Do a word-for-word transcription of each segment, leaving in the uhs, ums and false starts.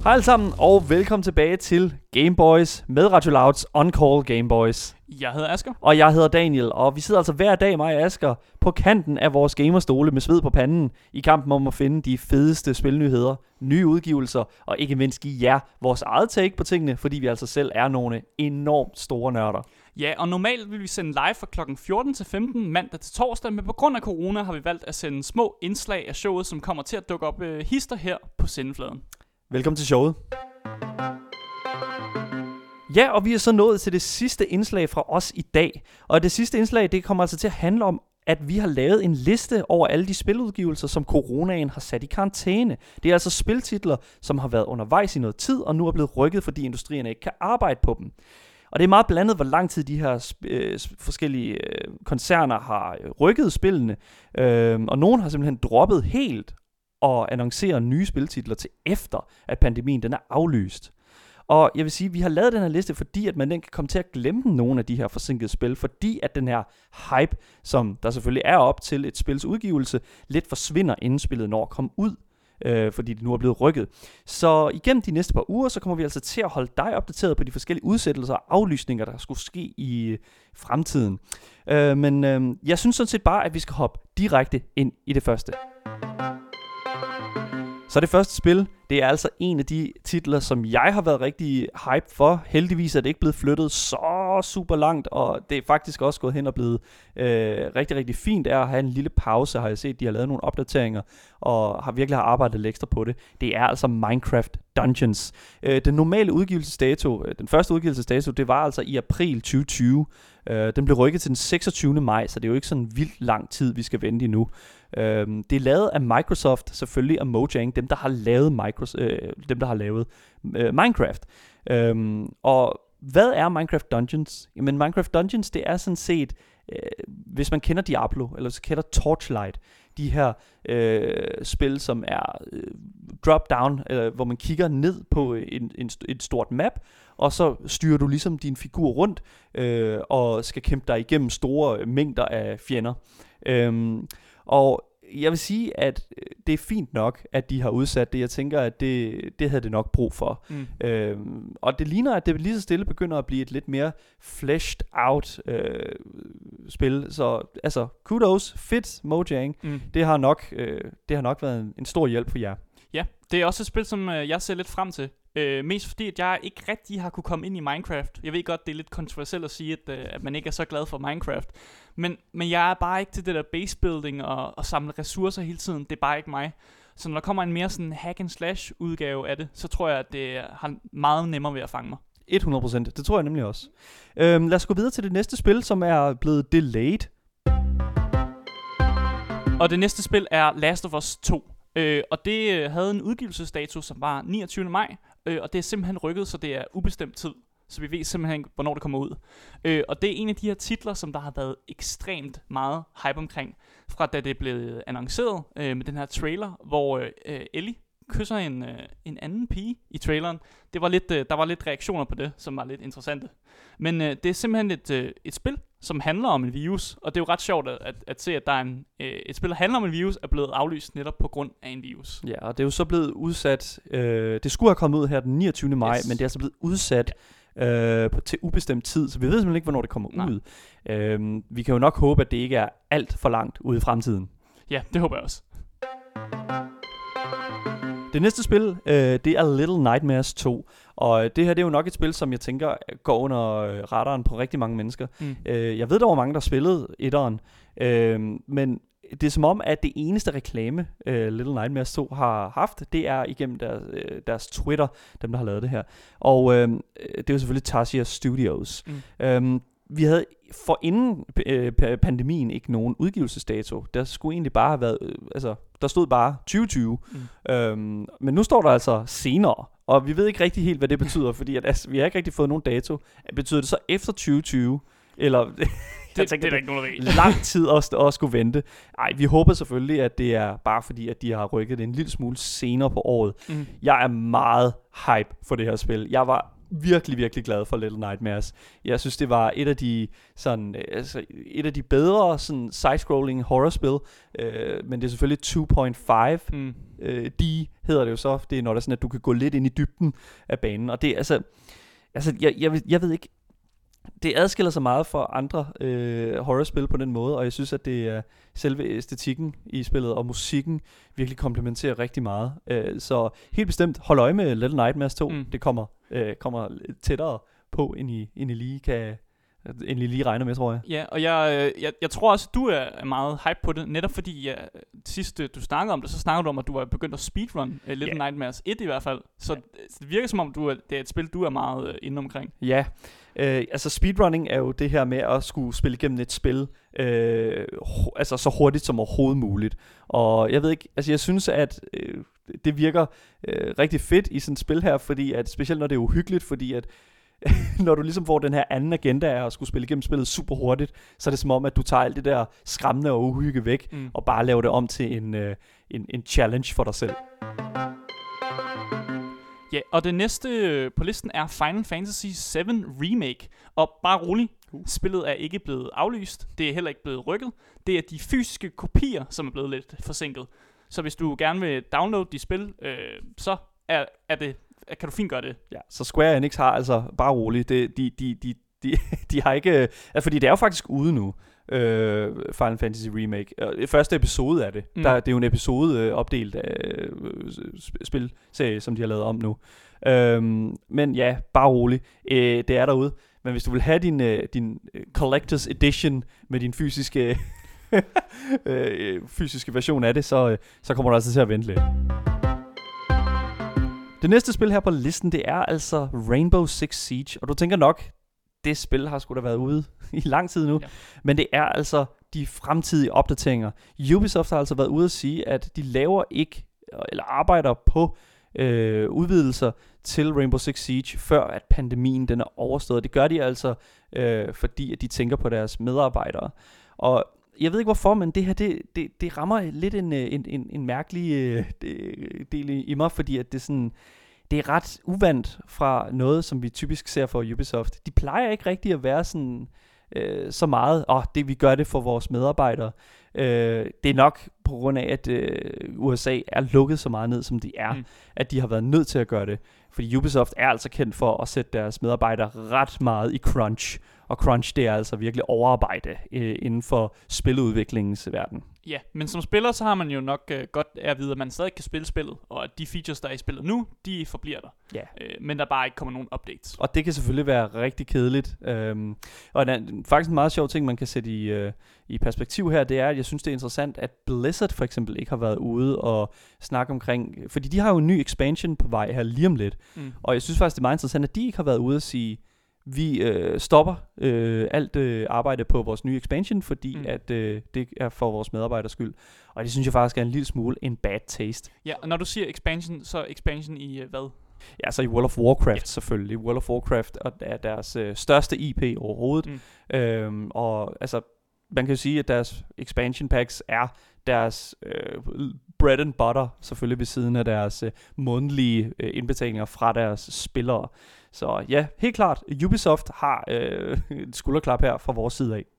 Hej alle sammen, og velkommen tilbage til Gameboys med Radio Louds On Call Gameboys. Jeg hedder Asger. Og jeg hedder Daniel, og vi sidder altså hver dag, mig og Asger, på kanten af vores gamerstole med sved på panden, i kampen om at finde de fedeste spilnyheder, nye udgivelser, og ikke mindst give jer vores eget take på tingene, fordi vi altså selv er nogle enormt store nørder. Ja, og normalt vil vi sende live fra klokken fjorten til femten mandag til torsdag, men på grund af corona har vi valgt at sende små indslag af showet, som kommer til at dukke op øh, hister her på sendefladen. Velkommen til showet. Ja, og vi er så nået til det sidste indslag fra os i dag. Og det sidste indslag, det kommer altså til at handle om, at vi har lavet en liste over alle de spiludgivelser, som coronaen har sat i karantæne. Det er altså spiltitler, som har været undervejs i noget tid, og nu er blevet rykket, fordi industrierne ikke kan arbejde på dem. Og det er meget blandet, hvor lang tid de her øh, forskellige øh, koncerner har rykket spillene. Øh, og nogen har simpelthen droppet helt og annoncere nye spiltitler til efter, at pandemien den er aflyst. Og jeg vil sige, at vi har lavet den her liste, fordi at man den kan komme til at glemme nogle af de her forsinkede spil, fordi at den her hype, som der selvfølgelig er op til et spils udgivelse, lidt forsvinder, inden spillet når at komme ud, øh, fordi det nu er blevet rykket. Så igennem de næste par uger, så kommer vi altså til at holde dig opdateret på de forskellige udsættelser og aflysninger, der skulle ske i fremtiden. Øh, men øh, jeg synes sådan set bare, at vi skal hoppe direkte ind i det første. Så det første spil, det er altså en af de titler, som jeg har været rigtig hype for. Heldigvis er det ikke blevet flyttet så super langt, og det er faktisk også gået hen og blevet øh, rigtig, rigtig fint af at have en lille pause, har jeg set. De har lavet nogle opdateringer, og har virkelig har arbejdet lidt ekstra på det. Det er altså Minecraft Dungeons. Øh, den normale udgivelsesdato, den første udgivelsesdato, det var altså i april tyve tyve. Øh, den blev rykket til den seksogtyvende maj, så det er jo ikke sådan vildt lang tid, vi skal vente endnu. Øh, det er lavet af Microsoft, selvfølgelig af Mojang, dem der har lavet Microsoft, øh, dem der har lavet øh, Minecraft. Øh, og hvad er Minecraft Dungeons? Jamen Minecraft Dungeons, det er sådan set, øh, hvis man kender Diablo, eller hvis man kender Torchlight, de her øh, spil, som er øh, drop-down, øh, hvor man kigger ned på en, en, et stort map, og så styrer du ligesom din figur rundt, øh, og skal kæmpe dig igennem store mængder af fjender. Øhm, og jeg vil sige, at det er fint nok, at de har udsat det. Jeg tænker, at det, det havde det nok brug for. Mm. Øhm, og det ligner, at det lige så stille begynder at blive et lidt mere fleshed out øh, spil. Så altså, kudos, fedt Mojang. Mm. Det har nok, øh, det har nok været en, en stor hjælp for jer. Ja, det er også et spil, som øh, jeg ser lidt frem til. Øh, mest fordi, at jeg ikke rigtig har kunne komme ind i Minecraft. Jeg ved godt, det er lidt kontroversielt at sige, at, øh, at man ikke er så glad for Minecraft. Men, men jeg er bare ikke til det der basebuilding og, og samle ressourcer hele tiden. Det er bare ikke mig. Så når der kommer en mere sådan hack and slash udgave af det, så tror jeg, at det har meget nemmere ved at fange mig. hundrede procent, det tror jeg nemlig også. Øhm, lad os gå videre til det næste spil, som er blevet delayed. Og det næste spil er Last of Us to. Øh, og det øh, havde en udgivelsesdato, som var niogtyvende maj, øh, og det er simpelthen rykket, så det er ubestemt tid. Så vi ved simpelthen ikke, hvornår det kommer ud. Øh, og det er en af de her titler, som der har været ekstremt meget hype omkring, fra da det blev annonceret øh, med den her trailer, hvor øh, Ellie kysser en, øh, en anden pige i traileren. Det var lidt, øh, der var lidt reaktioner på det, som var lidt interessante. Men øh, det er simpelthen et, øh, et spil, som handler om en virus, og det er jo ret sjovt at, at, at se, at der er en, øh, et spil, der handler om en virus, er blevet aflyst netop på grund af en virus. Ja, og det er jo så blevet udsat, øh, det skulle have kommet ud her den niogtyvende maj, yes. Men det er altså blevet udsat øh, på, til ubestemt tid, så vi ved simpelthen ikke, hvornår det kommer Nej. ud. Øh, vi kan jo nok håbe, at det ikke er alt for langt ude i fremtiden. Ja, det håber jeg også. Det næste spil, øh, det er Little Nightmares to, og det her det er jo nok et spil, som jeg tænker går under radaren på rigtig mange mennesker. Mm. Øh, jeg ved, der var mange, der spillede etteren, øh, men det er som om, at det eneste reklame, øh, Little Nightmares to har haft, det er igennem deres, øh, deres Twitter, dem der har lavet det her. Og øh, det er jo selvfølgelig Tarsier Studios. Mm. Øh, vi havde for inden øh, pandemien ikke nogen udgivelsesdato. Der skulle egentlig bare have været, øh, altså der stod bare tyve tyve. Mm. Øhm, men nu står der altså senere, og vi ved ikke rigtig helt, hvad det betyder, fordi at, altså, vi har ikke rigtig fået nogen dato. Betyder det så efter tyve tyve? Eller det, jeg tænker, det er der ikke nogen, der ved. Lang tid at, at skulle vente. Ej, vi håber selvfølgelig, at det er bare fordi, at de har rykket det en lille smule senere på året. Mm. Jeg er meget hype for det her spil. Jeg var virkelig, virkelig glad for Little Nightmares. Jeg synes, det var et af de, sådan, altså, et af de bedre sådan, side-scrolling horrorspil, øh, men det er selvfølgelig to komma fem Mm. øh, D hedder det jo så. Det er når det er sådan, at du kan gå lidt ind i dybden af banen, og det er altså, altså jeg, jeg, jeg ved ikke, det adskiller sig meget fra andre øh, horrorspil på den måde, og jeg synes, at det er selve æstetikken i spillet og musikken virkelig komplementerer rigtig meget. Øh, så helt bestemt, hold øje med Little Nightmares to. Mm. Det kommer, øh, kommer tættere på, end I, end I lige kan... end I lige regner med, tror jeg. Ja, og jeg, jeg, jeg tror også, at du er meget hype på det, netop fordi ja, sidst du snakkede om det, så snakkede du om, at du var begyndt at speedrun uh, Little yeah. Nightmares et i hvert fald. Så yeah. det virker som om, du er, det er et spil, du er meget uh, inde omkring. Ja, øh, altså speedrunning er jo det her med at skulle spille igennem et spil øh, ho- altså så hurtigt som overhovedet muligt. Og jeg ved ikke, altså jeg synes, at øh, det virker øh, rigtig fedt i sådan et spil her, fordi at, specielt når det er uhyggeligt, fordi at når du ligesom får den her anden agenda af at skulle spille igennem spillet super hurtigt, så er det som om, at du tager alt det der skræmmende og uhygge væk, mm. og bare laver det om til en, øh, en, en challenge for dig selv. Ja, og det næste på listen er Final Fantasy syv Remake. Og bare rolig, uh. spillet er ikke blevet aflyst, det er heller ikke blevet rykket. Det er de fysiske kopier, som er blevet lidt forsinket. Så hvis du gerne vil downloade de spil, øh, så er, er det... kan du fint gøre det. Ja, så Square Enix har altså, bare roligt, det, de, de, de, de, de har ikke, altså fordi det er jo faktisk ude nu, øh, Final Fantasy Remake. Første episode af det, mm. der, det er jo en episode øh, opdelt af øh, spilserie, som de har lavet om nu. Øhm, men ja, bare roligt, øh, det er derude. Men hvis du vil have din, øh, din Collector's Edition med din fysiske, øh, fysiske version af det, så, øh, så kommer du altså til at vente lidt. Det næste spil her på listen, det er altså Rainbow Six Siege. Og du tænker nok, det spil har sgu da været ude i lang tid nu. Ja. Men det er altså de fremtidige opdateringer. Ubisoft har altså været ude at sige, at de laver ikke, eller arbejder på øh, udvidelser til Rainbow Six Siege, før at pandemien den er overstået. Det gør de altså, øh, fordi at de tænker på deres medarbejdere. Og jeg ved ikke hvorfor, men det her, det, det, det rammer lidt en, en, en, en mærkelig uh, del i, i mig, fordi at det, sådan, det er ret uvandt fra noget, som vi typisk ser for Ubisoft. De plejer ikke rigtig at være sådan, uh, så meget, åh, oh, det vi gør det for vores medarbejdere. Uh, det er nok på grund af, at uh, U S A er lukket så meget ned, som de er, mm. at de har været nødt til at gøre det. Fordi Ubisoft er altså kendt for at sætte deres medarbejdere ret meget i crunch. Og crunch, det er altså virkelig overarbejde øh, inden for spiludviklingens verden. Ja, men som spiller, så har man jo nok øh, godt at vide, at man stadig kan spille spillet, og at de features, der er i spillet nu, de forbliver der. Ja. Øh, men der bare ikke kommer nogen updates. Og det kan selvfølgelig være rigtig kedeligt. Øhm, og en, faktisk en meget sjov ting, man kan sætte i, øh, i perspektiv her, det er, at jeg synes, det er interessant, at Blizzard for eksempel ikke har været ude og snakke omkring, fordi de har jo en ny expansion på vej her lige om lidt. Mm. Og jeg synes faktisk, det er meget interessant, at de ikke har været ude og sige, vi øh, stopper øh, alt øh, arbejde på vores nye expansion, fordi mm. at øh, det er for vores medarbejders skyld. Og det synes jeg faktisk er en lille smule en bad taste. Ja, og når du siger expansion, så expansion i øh, hvad? Ja, så i World of Warcraft yeah. selvfølgelig. World of Warcraft er deres øh, største I P overhovedet. Mm. Øhm, og altså, man kan jo sige, at deres expansion packs er deres øh, bread and butter, selvfølgelig ved siden af deres øh, månedlige øh, indbetalinger fra deres spillere. Så ja, helt klart, Ubisoft har øh, et skulderklap her fra vores side af.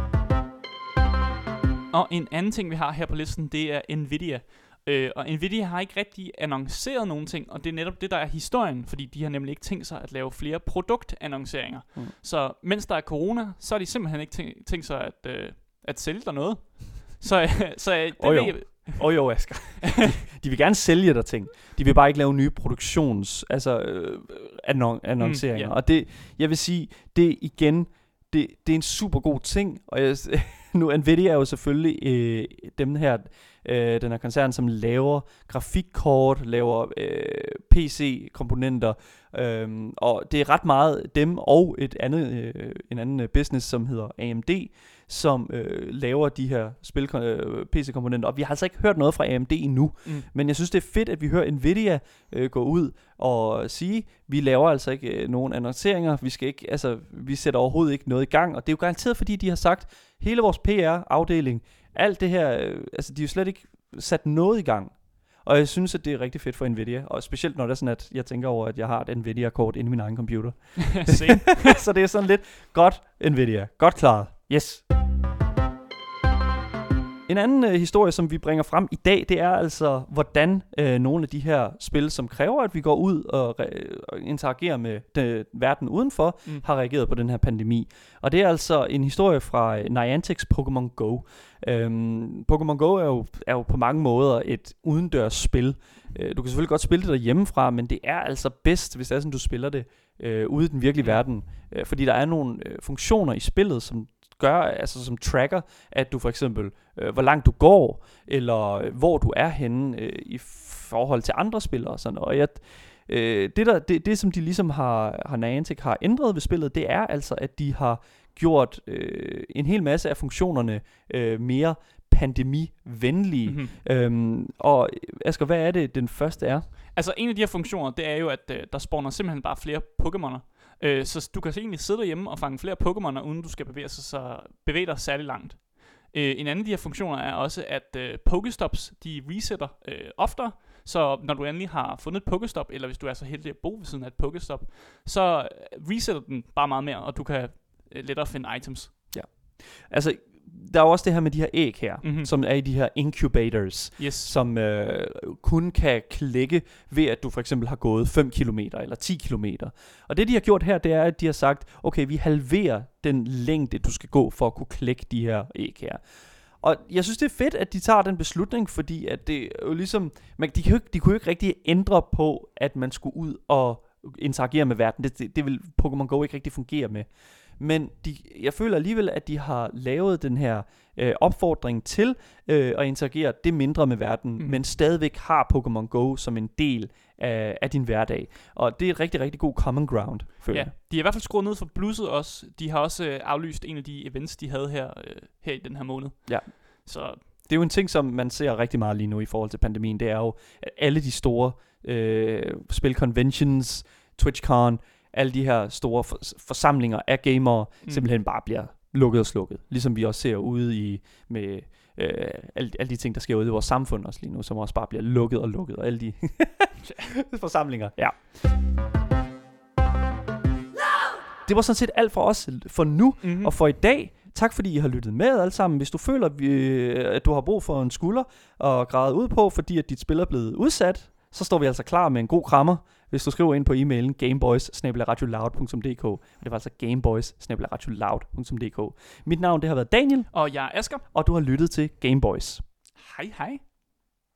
Og en anden ting, vi har her på listen, det er Nvidia. Øh, og Nvidia har ikke rigtig annonceret nogen ting, og det er netop det, der er historien, fordi de har nemlig ikke tænkt sig at lave flere produktannonceringer. Mm. Så mens der er corona, så har de simpelthen ikke tænkt, tænkt sig at, øh, at sælge der noget. Så, så det oh, jo. Åh oh, jo, Asger. De, de vil gerne sælge der ting. De vil bare ikke lave nye produktions, altså øh, annon- annonceringer. Mm, yeah. Og det, jeg vil sige, det igen, det, det er en super god ting. Og jeg, nu Nvidia er jo selvfølgelig øh, dem her, øh, den her koncern, som laver grafikkort, laver øh, P C-komponenter, øh, og det er ret meget dem og et andet, øh, en anden business, som hedder A M D, som øh, laver de her spil, øh, P C-komponenter. Og vi har altså ikke hørt noget fra A M D endnu. Mm. Men jeg synes, det er fedt, at vi hører Nvidia øh, gå ud og sige, vi laver altså ikke øh, nogen annonceringer. Vi skal ikke, altså, vi sætter overhovedet ikke noget i gang. Og det er jo garanteret, fordi de har sagt, hele vores P R-afdeling, alt det her, øh, altså de har jo slet ikke sat noget i gang. Og jeg synes, at det er rigtig fedt for Nvidia, og specielt når det er sådan, at jeg tænker over, at jeg har et Nvidia-kort inde i min egen computer. Så det er sådan lidt, godt Nvidia, godt klaret, yes. En anden øh, historie, som vi bringer frem i dag, det er altså, hvordan øh, nogle af de her spil, som kræver, at vi går ud og, re- og interagerer med den, verden udenfor, mm. har reageret på den her pandemi. Og det er altså en historie fra Niantics Pokémon Go. Øhm, Pokémon Go er jo, er jo på mange måder et udendørs spil. Øh, du kan selvfølgelig godt spille det derhjemmefra, men det er altså bedst, hvis det er sådan, du spiller det øh, ude i den virkelige verden. Øh, fordi der er nogle øh, funktioner i spillet, som gør, altså som tracker, at du for eksempel, øh, hvor langt du går, eller øh, hvor du er henne øh, i forhold til andre spillere og sådan noget. Og jeg, øh, det, der, det, det, som de ligesom har, har Niantic har ændret ved spillet, det er altså, at de har gjort øh, en hel masse af funktionerne øh, mere pandemivenlige. Mm-hmm. Øhm, og Asger, hvad er det, den første er? Altså en af de her funktioner, det er jo, at øh, der spawner simpelthen bare flere Pokémoner. Øh, så du kan egentlig sidde derhjemme og fange flere Pokémoner, uden du skal bevæge, sig, så bevæge dig særlig langt. Øh, en anden af de her funktioner er også, at øh, Pokestops, de resetter øh, oftere. Så når du endelig har fundet et Pokestop, eller hvis du er så heldig at bo ved siden af et Pokestop, så resetter den bare meget mere, og du kan øh, lettere finde items. Ja. Altså, der er jo også det her med de her æg her, mm-hmm. som er i de her incubators, yes. som øh, kun kan klække ved, at du for eksempel har gået fem kilometer eller ti kilometer. Og det, de har gjort her, det er, at de har sagt, okay, vi halverer den længde, du skal gå for at kunne klække de her æg her. Og jeg synes, det er fedt, at de tager den beslutning, fordi at det er jo ligesom, man, de, kan jo ikke, de kunne jo ikke rigtig ændre på, at man skulle ud og interagere med verden. Det, det, det vil Pokémon Go ikke rigtig fungere med. Men de, jeg føler alligevel, at de har lavet den her øh, opfordring til øh, at interagere det mindre med verden, mm. men stadigvæk har Pokémon Go som en del af, af din hverdag. Og det er et rigtig, rigtig god common ground, føler ja, jeg. De har i hvert fald skruet ned for blusset også. De har også øh, aflyst en af de events, de havde her, øh, her i den her måned. Ja. Så det er jo en ting, som man ser rigtig meget lige nu i forhold til pandemien. Det er jo, at alle de store øh, spil-conventions, TwitchCon, alle de her store for- forsamlinger af gamere mm. simpelthen bare bliver lukket og slukket. Ligesom vi også ser ude i med øh, alle, alle de ting, der sker ude i vores samfund også lige nu, som også bare bliver lukket og lukket. Og alle de forsamlinger. Ja. Det var sådan set alt for os for nu mm-hmm. og for i dag. Tak fordi I har lyttet med alle sammen. Hvis du føler, at du har brug for en skulder og græde ud på, fordi at dit spil er blevet udsat, så står vi altså klar med en god krammer, hvis du skriver ind på e-mailen gameboys snabel-a radioloud punktum d k. Og det var altså gameboys snabel-a radioloud punktum d k. Mit navn det har været Daniel. Og jeg er Asger. Og du har lyttet til Gameboys. Hej hej.